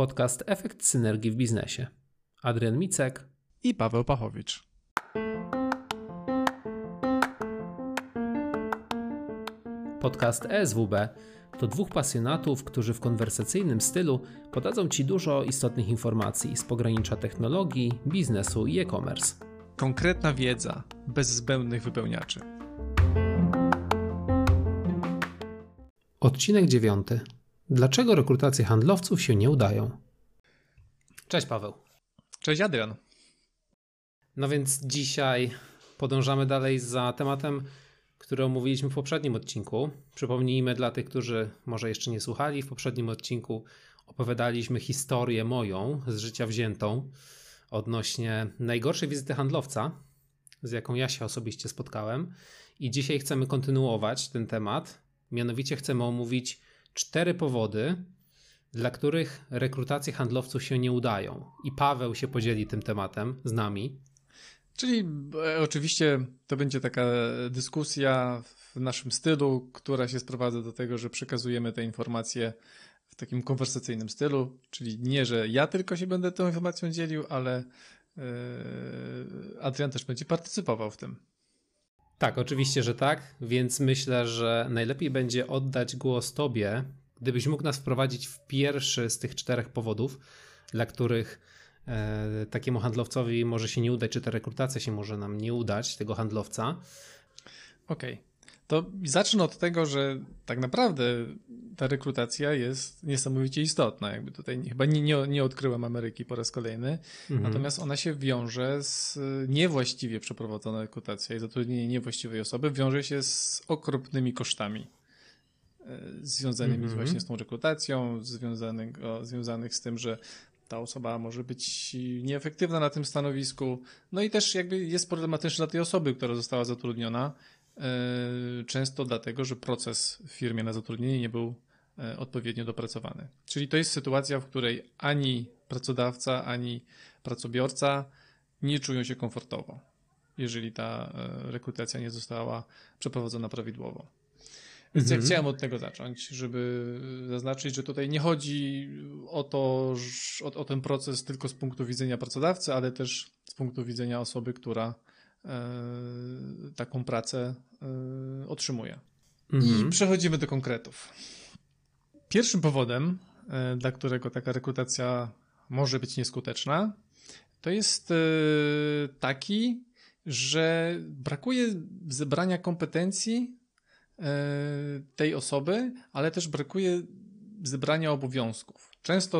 Podcast Efekt Synergii w Biznesie. Adrian Micek i Paweł Pachowicz. Podcast ESWB to dwóch pasjonatów, którzy w konwersacyjnym stylu podadzą Ci dużo istotnych informacji z pogranicza technologii, biznesu i e-commerce. Konkretna wiedza, bez zbędnych wypełniaczy. Odcinek 9. Dlaczego rekrutacje handlowców się nie udają? Cześć Paweł. Cześć Adrian. No więc dzisiaj podążamy dalej za tematem, który omówiliśmy w poprzednim odcinku. Przypomnijmy dla tych, którzy może jeszcze nie słuchali. W poprzednim odcinku opowiadaliśmy historię moją z życia wziętą odnośnie najgorszej wizyty handlowca, z jaką ja się osobiście spotkałem. I dzisiaj chcemy kontynuować ten temat. Mianowicie chcemy omówić 4 powody, dla których rekrutacje handlowców się nie udają. I Paweł się podzieli tym tematem z nami. Czyli oczywiście to będzie taka dyskusja w naszym stylu, która się sprowadza do tego, że przekazujemy te informacje w takim konwersacyjnym stylu, czyli nie, że ja tylko się będę tą informacją dzielił, ale Adrian też będzie partycypował w tym. Tak, oczywiście, że tak, więc myślę, że najlepiej będzie oddać głos Tobie, gdybyś mógł nas wprowadzić w pierwszy z tych 4 powodów, dla których takiemu handlowcowi może się nie udać, czy ta rekrutacja się może nam nie udać, tego handlowca. Okej. To zacznę od tego, że tak naprawdę ta rekrutacja jest niesamowicie istotna. Jakby tutaj chyba nie odkryłem Ameryki po raz kolejny, natomiast ona się wiąże z niewłaściwie przeprowadzoną rekrutacją i zatrudnienie niewłaściwej osoby wiąże się z okropnymi kosztami związanymi właśnie z tą rekrutacją, związanych z tym, że ta osoba może być nieefektywna na tym stanowisku. No i też jakby jest problematyczna dla tej osoby, która została zatrudniona, często dlatego, że proces w firmie na zatrudnienie nie był odpowiednio dopracowany. Czyli to jest sytuacja, w której ani pracodawca, ani pracobiorca nie czują się komfortowo, jeżeli ta rekrutacja nie została przeprowadzona prawidłowo. Więc ja chciałem od tego zacząć, żeby zaznaczyć, że tutaj nie chodzi o to, o ten proces tylko z punktu widzenia pracodawcy, ale też z punktu widzenia osoby, która taką pracę otrzymuje. I przechodzimy do konkretów. Pierwszym powodem, dla którego taka rekrutacja może być nieskuteczna, to jest taki, że brakuje zebrania kompetencji tej osoby, ale też brakuje zebrania obowiązków.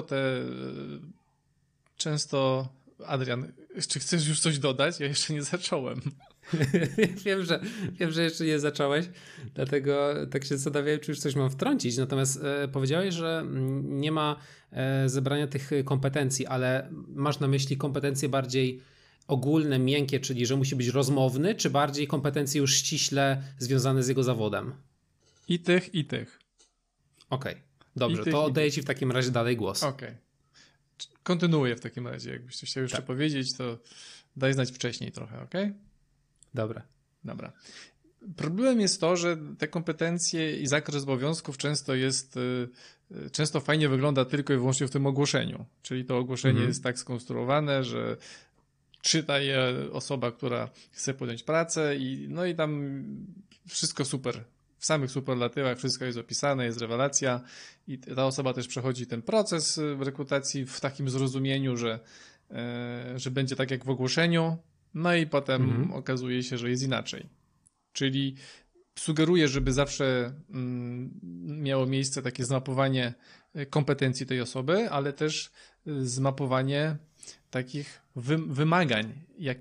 Często Adrian, czy chcesz już coś dodać? Ja jeszcze nie zacząłem. Wiem, że jeszcze nie zacząłeś, dlatego tak się zastanawiałem, czy już coś mam wtrącić. Natomiast powiedziałeś, że nie ma zebrania tych kompetencji, ale masz na myśli kompetencje bardziej ogólne, miękkie, czyli że musi być rozmowny, czy bardziej kompetencje już ściśle związane z jego zawodem? I tych. Okej, dobrze, to oddaję Ci w takim razie dalej głos. Okej. Kontynuuję w takim razie. Jakbyś coś chciał jeszcze powiedzieć, to daj znać wcześniej trochę, okej? Dobra. Problemem jest to, że te kompetencje i zakres obowiązków często fajnie wygląda tylko i wyłącznie w tym ogłoszeniu. Czyli to ogłoszenie jest tak skonstruowane, że czyta je osoba, która chce podjąć pracę i tam wszystko super. W samych superlatywach wszystko jest opisane, jest rewelacja i ta osoba też przechodzi ten proces rekrutacji w takim zrozumieniu, że będzie tak jak w ogłoszeniu, no i potem okazuje się, że jest inaczej. Czyli sugeruję, żeby zawsze miało miejsce takie zmapowanie kompetencji tej osoby, ale też zmapowanie takich wymagań,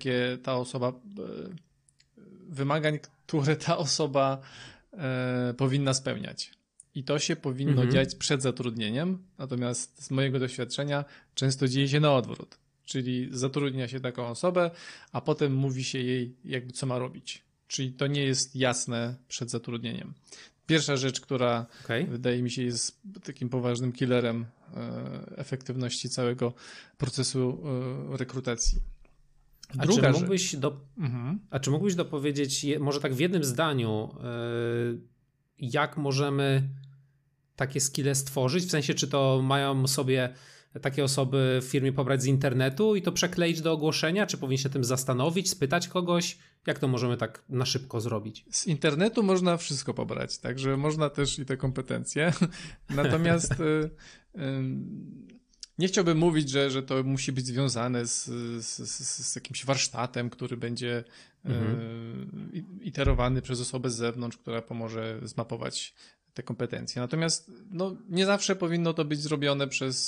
które ta osoba powinna spełniać. I to się powinno dziać przed zatrudnieniem, natomiast z mojego doświadczenia często dzieje się na odwrót. Czyli zatrudnia się taką osobę, a potem mówi się jej jakby co ma robić. Czyli to nie jest jasne przed zatrudnieniem. Pierwsza rzecz, która wydaje mi się jest takim poważnym killerem efektywności całego procesu rekrutacji. Czy mógłbyś dopowiedzieć, może tak w jednym zdaniu, jak możemy takie skille stworzyć? W sensie, czy to mają sobie takie osoby w firmie pobrać z internetu i to przekleić do ogłoszenia? Czy powinien się tym zastanowić, spytać kogoś? Jak to możemy tak na szybko zrobić? Z internetu można wszystko pobrać, także można też i te kompetencje. Natomiast nie chciałbym mówić, że to musi być związane z jakimś warsztatem, który będzie iterowany przez osobę z zewnątrz, która pomoże zmapować te kompetencje. Natomiast no, nie zawsze powinno to być zrobione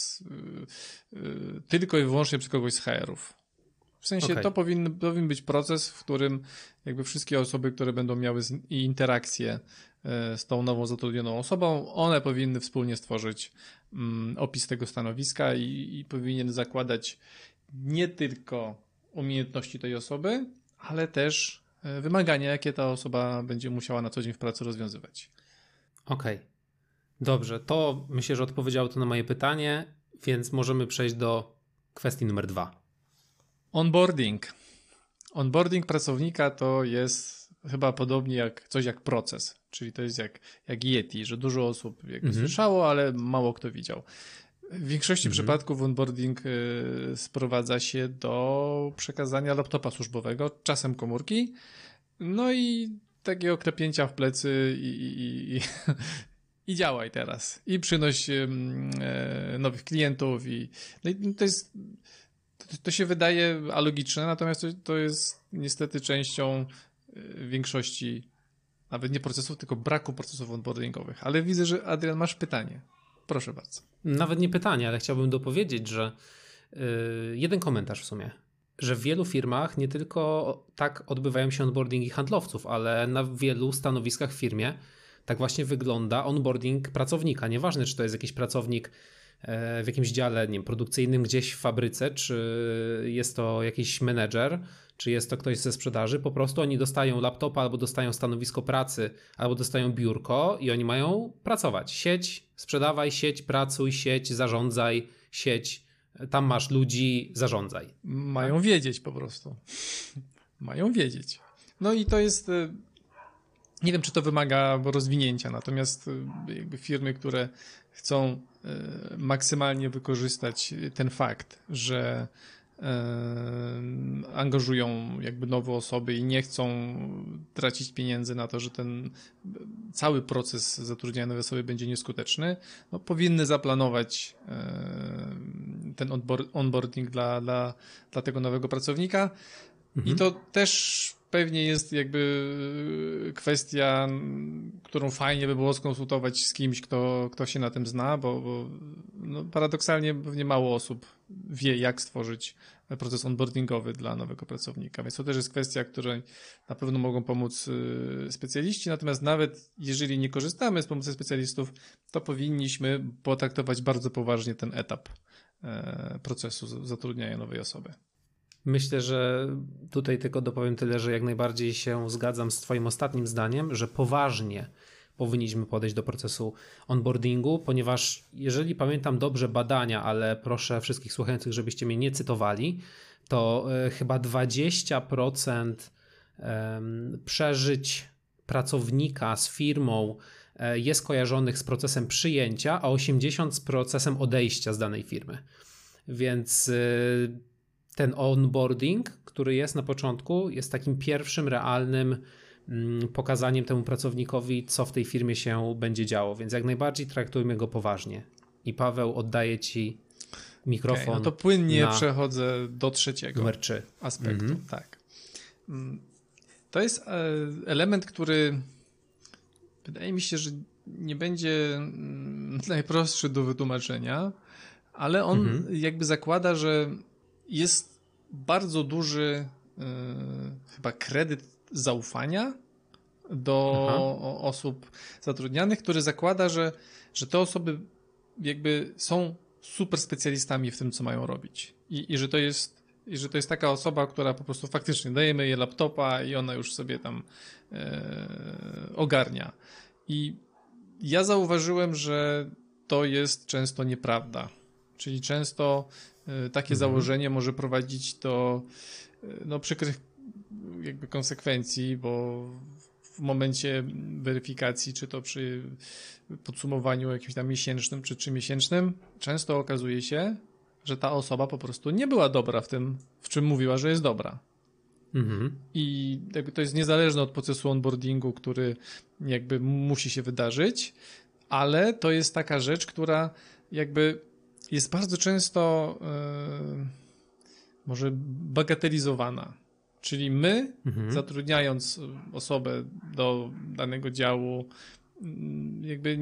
tylko i wyłącznie przez kogoś z HR-ów. W sensie to powinien być proces, w którym jakby wszystkie osoby, które będą miały interakcję z tą nową zatrudnioną osobą, one powinny wspólnie stworzyć opis tego stanowiska i powinien zakładać nie tylko umiejętności tej osoby, ale też wymagania, jakie ta osoba będzie musiała na co dzień w pracy rozwiązywać. Okej. Dobrze, to myślę, że odpowiedziało to na moje pytanie, więc możemy przejść do kwestii numer 2. Onboarding. Onboarding pracownika to jest chyba podobnie jak proces, czyli to jest jak Yeti, że dużo osób jakby słyszało, ale mało kto widział. W większości przypadków onboarding sprowadza się do przekazania laptopa służbowego, czasem komórki, no i takiego klepnięcia w plecy i działaj teraz. I przynoś nowych klientów. No i to się wydaje alogiczne, natomiast to jest niestety częścią większości, nawet nie procesów, tylko braku procesów onboardingowych. Ale widzę, że Adrian, masz pytanie. Proszę bardzo. Nawet nie pytanie, ale chciałbym dopowiedzieć, że jeden komentarz w sumie, że w wielu firmach nie tylko tak odbywają się onboardingi handlowców, ale na wielu stanowiskach w firmie tak właśnie wygląda onboarding pracownika. Nieważne, czy to jest jakiś pracownik w jakimś dziale, nie wiem, produkcyjnym gdzieś w fabryce, czy jest to jakiś menedżer, czy jest to ktoś ze sprzedaży, po prostu oni dostają laptopa, albo dostają stanowisko pracy, albo dostają biurko i oni mają pracować. Siedź, sprzedawaj, siedź, pracuj, siedź, zarządzaj, siedź, tam masz ludzi, zarządzaj. Mają wiedzieć po prostu. Mają wiedzieć. No i to jest... Nie wiem, czy to wymaga rozwinięcia, natomiast jakby firmy, które chcą maksymalnie wykorzystać ten fakt, że angażują jakby nowe osoby i nie chcą tracić pieniędzy na to, że ten cały proces zatrudniania nowej osoby będzie nieskuteczny, no, powinny zaplanować ten onboarding dla tego nowego pracownika. I to też pewnie jest jakby kwestia, którą fajnie by było skonsultować z kimś, kto się na tym zna, bo no, paradoksalnie pewnie mało osób wie, jak stworzyć proces onboardingowy dla nowego pracownika. Więc to też jest kwestia, której na pewno mogą pomóc specjaliści, natomiast nawet jeżeli nie korzystamy z pomocy specjalistów, to powinniśmy potraktować bardzo poważnie ten etap procesu zatrudniania nowej osoby. Myślę, że tutaj tylko dopowiem tyle, że jak najbardziej się zgadzam z twoim ostatnim zdaniem, że poważnie powinniśmy podejść do procesu onboardingu, ponieważ jeżeli pamiętam dobrze badania, ale proszę wszystkich słuchających, żebyście mnie nie cytowali, to chyba 20% przeżyć pracownika z firmą jest kojarzonych z procesem przyjęcia, a 80% z procesem odejścia z danej firmy. Więc ten onboarding, który jest na początku, jest takim pierwszym realnym pokazaniem temu pracownikowi, co w tej firmie się będzie działo, więc jak najbardziej traktujmy go poważnie. I Paweł, oddaję ci mikrofon. Okay, no to płynnie przechodzę do trzeciego numer 3 aspektu. Tak. To jest element, który wydaje mi się, że nie będzie najprostszy do wytłumaczenia, ale on jakby zakłada, że jest bardzo duży chyba kredyt zaufania do osób zatrudnianych, który zakłada, że te osoby jakby są super specjalistami w tym, co mają robić. I że to jest taka osoba, która po prostu faktycznie dajemy jej laptopa i ona już sobie tam ogarnia. I ja zauważyłem, że to jest często nieprawda. Czyli często takie założenie może prowadzić do przykrych jakby konsekwencji, bo w momencie weryfikacji, czy to przy podsumowaniu jakimś tam miesięcznym, czy 3-miesięcznym, często okazuje się, że ta osoba po prostu nie była dobra w tym, w czym mówiła, że jest dobra. I jakby to jest niezależne od procesu onboardingu, który jakby musi się wydarzyć, ale to jest taka rzecz, która jakby jest bardzo często może bagatelizowana. Czyli my, zatrudniając osobę do danego działu, jakby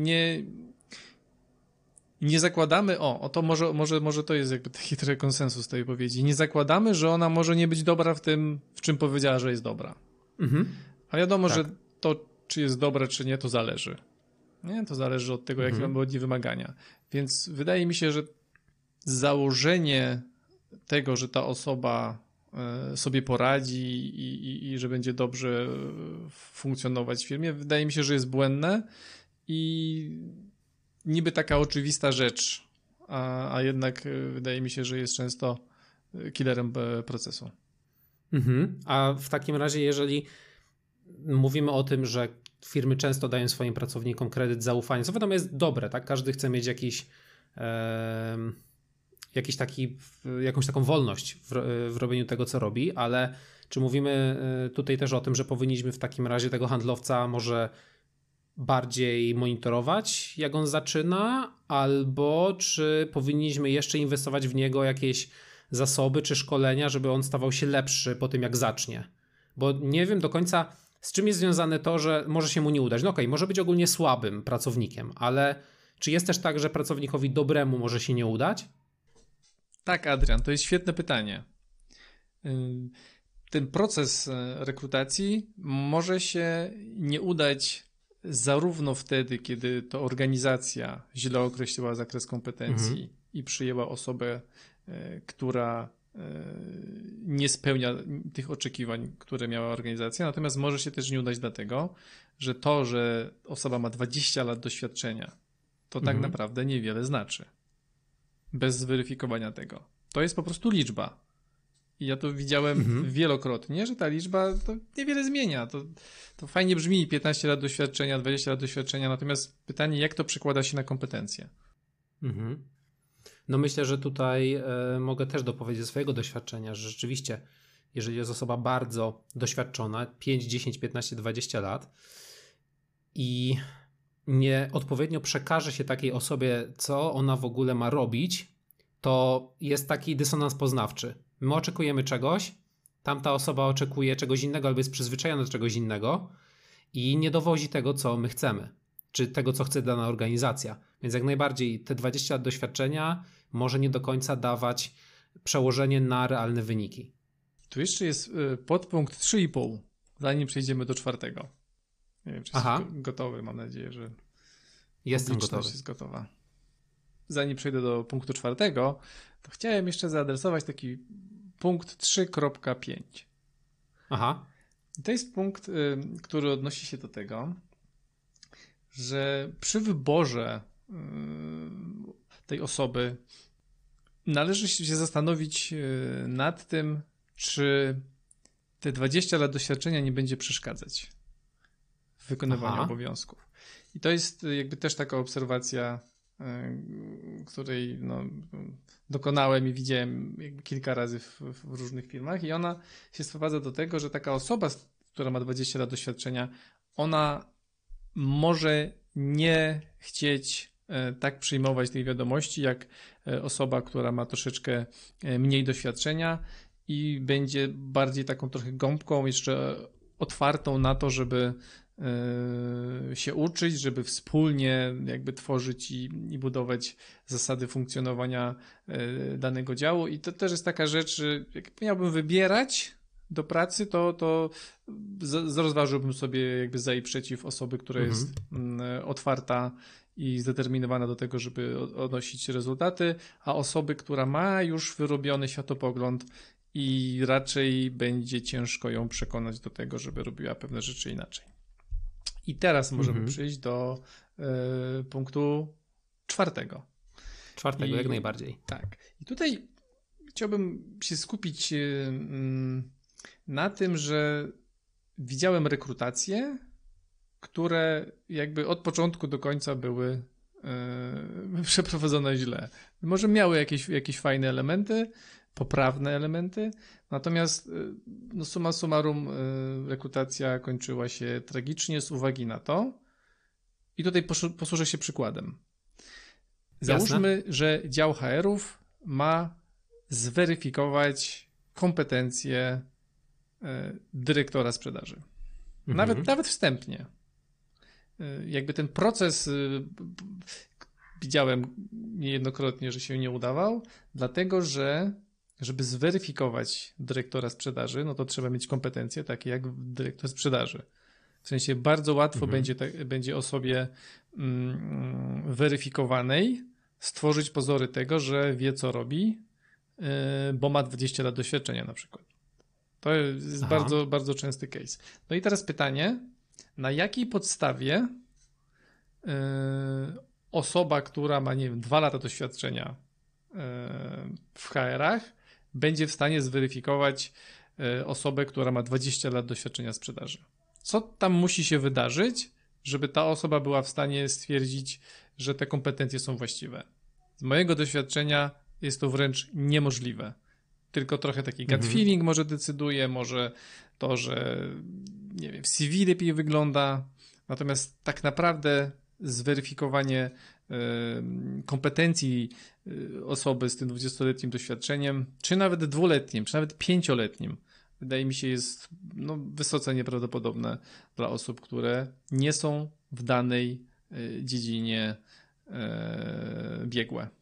nie zakładamy, to może to jest jakby taki trochę konsensus tej wypowiedzi, nie zakładamy, że ona może nie być dobra w tym, w czym powiedziała, że jest dobra. A wiadomo, tak. że to, czy jest dobra, czy nie, to zależy. Nie? To zależy od tego, jakie mamy od niej wymagania. Więc wydaje mi się, że założenie tego, że ta osoba sobie poradzi i że będzie dobrze funkcjonować w firmie, wydaje mi się, że jest błędne i niby taka oczywista rzecz, a jednak wydaje mi się, że jest często killerem procesu. A w takim razie, jeżeli mówimy o tym, że firmy często dają swoim pracownikom kredyt zaufania, co wiadomo jest dobre, tak? Każdy chce mieć jakąś taką wolność w robieniu tego, co robi, ale czy mówimy tutaj też o tym, że powinniśmy w takim razie tego handlowca może bardziej monitorować, jak on zaczyna, albo czy powinniśmy jeszcze inwestować w niego jakieś zasoby czy szkolenia, żeby on stawał się lepszy po tym, jak zacznie? Bo nie wiem do końca, z czym jest związane to, że może się mu nie udać. No okej, może być ogólnie słabym pracownikiem, ale czy jest też tak, że pracownikowi dobremu może się nie udać? Tak, Adrian, to jest świetne pytanie. Ten proces rekrutacji może się nie udać zarówno wtedy, kiedy to organizacja źle określiła zakres kompetencji i przyjęła osobę, która nie spełnia tych oczekiwań, które miała organizacja, natomiast może się też nie udać dlatego, że to, że osoba ma 20 lat doświadczenia, to tak naprawdę niewiele znaczy. Bez zweryfikowania tego. To jest po prostu liczba. I ja to widziałem wielokrotnie, że ta liczba to niewiele zmienia. To fajnie brzmi, 15 lat doświadczenia, 20 lat doświadczenia, natomiast pytanie, jak to przekłada się na kompetencje? No myślę, że tutaj mogę też dopowiedzieć ze swojego doświadczenia, że rzeczywiście, jeżeli jest osoba bardzo doświadczona, 5, 10, 15, 20 lat i nie odpowiednio przekaże się takiej osobie, co ona w ogóle ma robić, to jest taki dysonans poznawczy. My oczekujemy czegoś, tamta osoba oczekuje czegoś innego albo jest przyzwyczajona do czegoś innego i nie dowozi tego, co my chcemy, czy tego, co chce dana organizacja. Więc jak najbardziej te 20 lat doświadczenia może nie do końca dawać przełożenie na realne wyniki. Tu jeszcze jest podpunkt 3,5, zanim przejdziemy do 4. Nie wiem, czy jesteś gotowy, mam nadzieję, że jestem gotowy. Jest gotowa. Zanim przejdę do punktu 4, to chciałem jeszcze zaadresować taki punkt 3.5. To jest punkt, który odnosi się do tego, że przy wyborze tej osoby należy się zastanowić nad tym, czy te 20 lat doświadczenia nie będzie przeszkadzać w wykonywaniu obowiązków. I to jest jakby też taka obserwacja, której dokonałem i widziałem jakby kilka razy w różnych firmach i ona się sprowadza do tego, że taka osoba, która ma 20 lat doświadczenia, ona może nie chcieć tak przyjmować tych wiadomości, jak osoba, która ma troszeczkę mniej doświadczenia i będzie bardziej taką trochę gąbką, jeszcze otwartą na to, żeby się uczyć, żeby wspólnie jakby tworzyć i budować zasady funkcjonowania danego działu. I to też jest taka rzecz, że jak miałbym wybierać do pracy, to rozważyłbym sobie jakby za i przeciw osoby, która jest otwarta i zdeterminowana do tego, żeby odnosić rezultaty, a osoby, która ma już wyrobiony światopogląd i raczej będzie ciężko ją przekonać do tego, żeby robiła pewne rzeczy inaczej. I teraz możemy przejść do punktu 4. 4, jak najbardziej. Tak. I tutaj chciałbym się skupić na tym, że widziałem rekrutacje, które jakby od początku do końca były przeprowadzone źle. Może miały jakieś fajne elementy, poprawne elementy, natomiast no summa summarum rekrutacja kończyła się tragicznie z uwagi na to i tutaj posłużę się przykładem. Załóżmy, że dział HR-ów ma zweryfikować kompetencje dyrektora sprzedaży. Nawet wstępnie. Jakby ten proces widziałem niejednokrotnie, że się nie udawał, dlatego że żeby zweryfikować dyrektora sprzedaży, no to trzeba mieć kompetencje takie jak dyrektor sprzedaży. W sensie bardzo łatwo będzie osobie weryfikowanej stworzyć pozory tego, że wie co robi, bo ma 20 lat doświadczenia na przykład. To jest bardzo, bardzo częsty case. No i teraz pytanie, na jakiej podstawie osoba, która ma, nie wiem, 2 lata doświadczenia w HR-ach, będzie w stanie zweryfikować osobę, która ma 20 lat doświadczenia sprzedaży. Co tam musi się wydarzyć, żeby ta osoba była w stanie stwierdzić, że te kompetencje są właściwe? Z mojego doświadczenia jest to wręcz niemożliwe. Tylko trochę taki gut feeling może decyduje, może to, że nie wiem, w CV lepiej wygląda. Natomiast tak naprawdę zweryfikowanie kompetencji osoby z tym 20-letnim doświadczeniem, czy nawet 2-letnim, czy nawet 5-letnim, wydaje mi się jest wysoce nieprawdopodobne dla osób, które nie są w danej dziedzinie biegłe.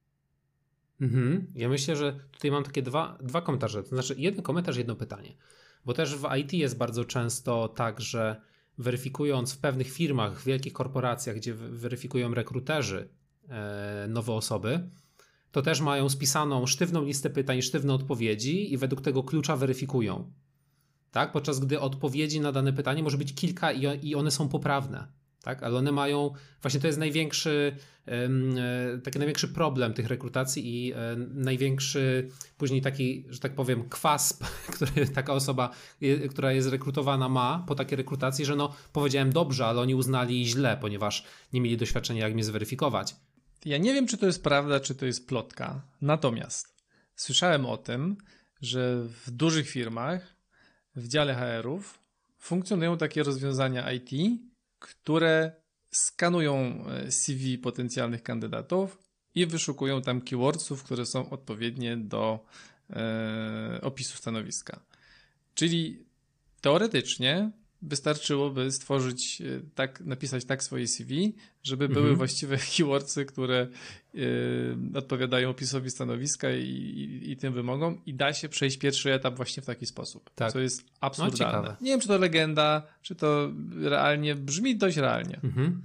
Ja myślę, że tutaj mam takie dwa komentarze. To znaczy jeden komentarz, jedno pytanie. Bo też w IT jest bardzo często tak, że weryfikując w pewnych firmach, w wielkich korporacjach, gdzie weryfikują rekruterzy nowe osoby, to też mają spisaną sztywną listę pytań, sztywne odpowiedzi i według tego klucza weryfikują. Tak? Podczas gdy odpowiedzi na dane pytanie może być kilka i one są poprawne. Tak? Ale one mają, właśnie to jest największy problem tych rekrutacji i największy później taki, że tak powiem, kwas, który taka osoba, która jest rekrutowana ma po takiej rekrutacji, że powiedziałem dobrze, ale oni uznali źle, ponieważ nie mieli doświadczenia, jak mnie zweryfikować. Ja nie wiem, czy to jest prawda, czy to jest plotka. Natomiast słyszałem o tym, że w dużych firmach, w dziale HR-ów funkcjonują takie rozwiązania IT, które skanują CV potencjalnych kandydatów i wyszukują tam keywordsów, które są odpowiednie do opisu stanowiska. Czyli teoretycznie wystarczyłoby napisać tak swoje CV, żeby były właściwe keywordsy, które odpowiadają opisowi stanowiska i tym wymogom i da się przejść pierwszy etap właśnie w taki sposób, co jest absurdalne. Nie wiem, czy to legenda, czy to realnie, brzmi dość realnie.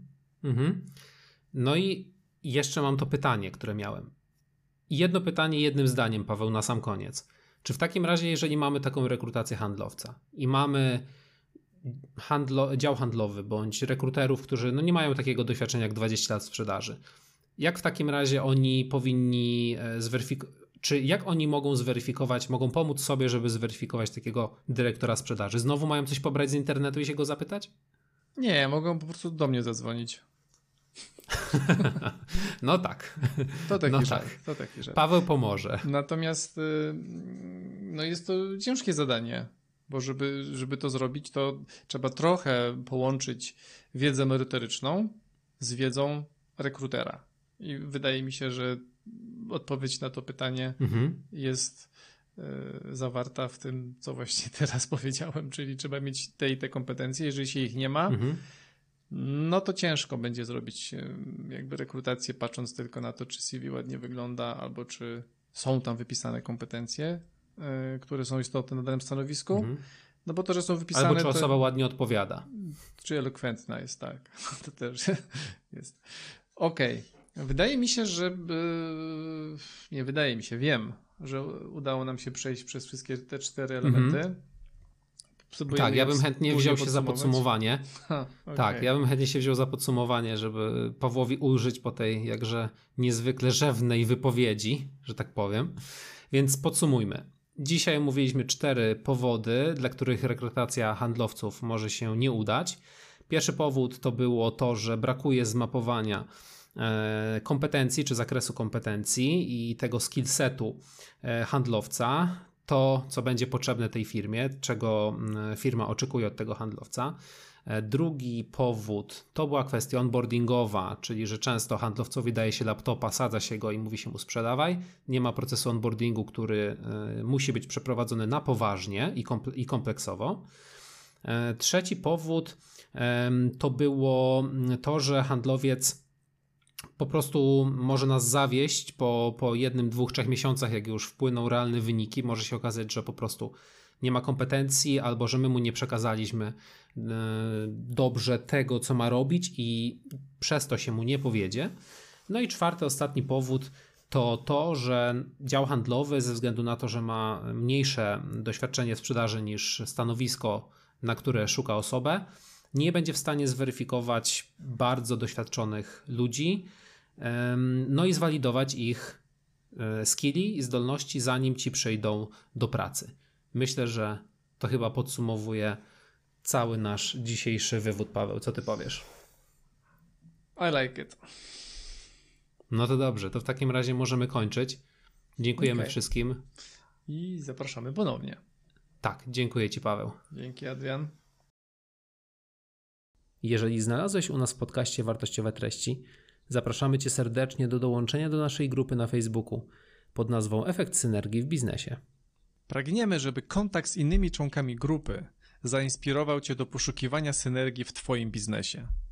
No i jeszcze mam to pytanie, które miałem. Jedno pytanie jednym zdaniem, Paweł, na sam koniec. Czy w takim razie, jeżeli mamy taką rekrutację handlowca i mamy dział handlowy bądź rekruterów, którzy nie mają takiego doświadczenia jak 20 lat sprzedaży, jak w takim razie oni powinni jak oni mogą zweryfikować, mogą pomóc sobie, żeby zweryfikować takiego dyrektora sprzedaży? Znowu mają coś pobrać z internetu i się go zapytać? Nie, mogą po prostu do mnie zadzwonić. No tak. To taki żart. Paweł pomoże. Natomiast jest to ciężkie zadanie, bo żeby to zrobić, to trzeba trochę połączyć wiedzę merytoryczną z wiedzą rekrutera. I wydaje mi się, że odpowiedź na to pytanie jest zawarta w tym, co właśnie teraz powiedziałem, czyli trzeba mieć te i te kompetencje. Jeżeli się ich nie ma, no to ciężko będzie zrobić jakby rekrutację, patrząc tylko na to, czy CV ładnie wygląda, albo czy są tam wypisane kompetencje, które są istotne na danym stanowisku. No bo to, że są wypisane... Albo czy osoba ładnie odpowiada. Czy elokwentna jest, tak. To też jest. Okej. Wydaje mi się, że... Nie wydaje mi się, wiem, że udało nam się przejść przez wszystkie te 4 elementy. Tak, ja bym chętnie wziął się za podsumowanie. Okay. Tak, ja bym chętnie się wziął za podsumowanie, żeby Pawłowi ulżyć po tej jakże niezwykle rzewnej wypowiedzi, że tak powiem. Więc podsumujmy. Dzisiaj omówiliśmy 4 powody, dla których rekrutacja handlowców może się nie udać. Pierwszy powód to było to, że brakuje zmapowania kompetencji czy zakresu kompetencji i tego skillsetu handlowca, to co będzie potrzebne tej firmie, czego firma oczekuje od tego handlowca. Drugi powód to była kwestia onboardingowa, czyli że często handlowcowi daje się laptopa, sadza się go i mówi się mu sprzedawaj. Nie ma procesu onboardingu, który musi być przeprowadzony na poważnie i kompleksowo. Trzeci powód to było to, że handlowiec po prostu może nas zawieść po 1, 2, 3 miesiącach, jak już wpłyną realne wyniki. Może się okazać, że po prostu nie ma kompetencji albo że my mu nie przekazaliśmy dobrze tego, co ma robić i przez to się mu nie powiedzie. No i czwarty, ostatni powód to, że dział handlowy ze względu na to, że ma mniejsze doświadczenie w sprzedaży niż stanowisko, na które szuka osobę, nie będzie w stanie zweryfikować bardzo doświadczonych ludzi, no i zwalidować ich skilli i zdolności, zanim ci przejdą do pracy. Myślę, że to chyba podsumowuje cały nasz dzisiejszy wywód, Paweł. Co ty powiesz? I like it. No to dobrze, to w takim razie możemy kończyć. Dziękujemy wszystkim. I zapraszamy ponownie. Tak, dziękuję ci, Paweł. Dzięki, Adrian. Jeżeli znalazłeś u nas w podcaście wartościowe treści, zapraszamy cię serdecznie do dołączenia do naszej grupy na Facebooku pod nazwą Efekt Synergii w Biznesie. Pragniemy, żeby kontakt z innymi członkami grupy zainspirował cię do poszukiwania synergii w twoim biznesie.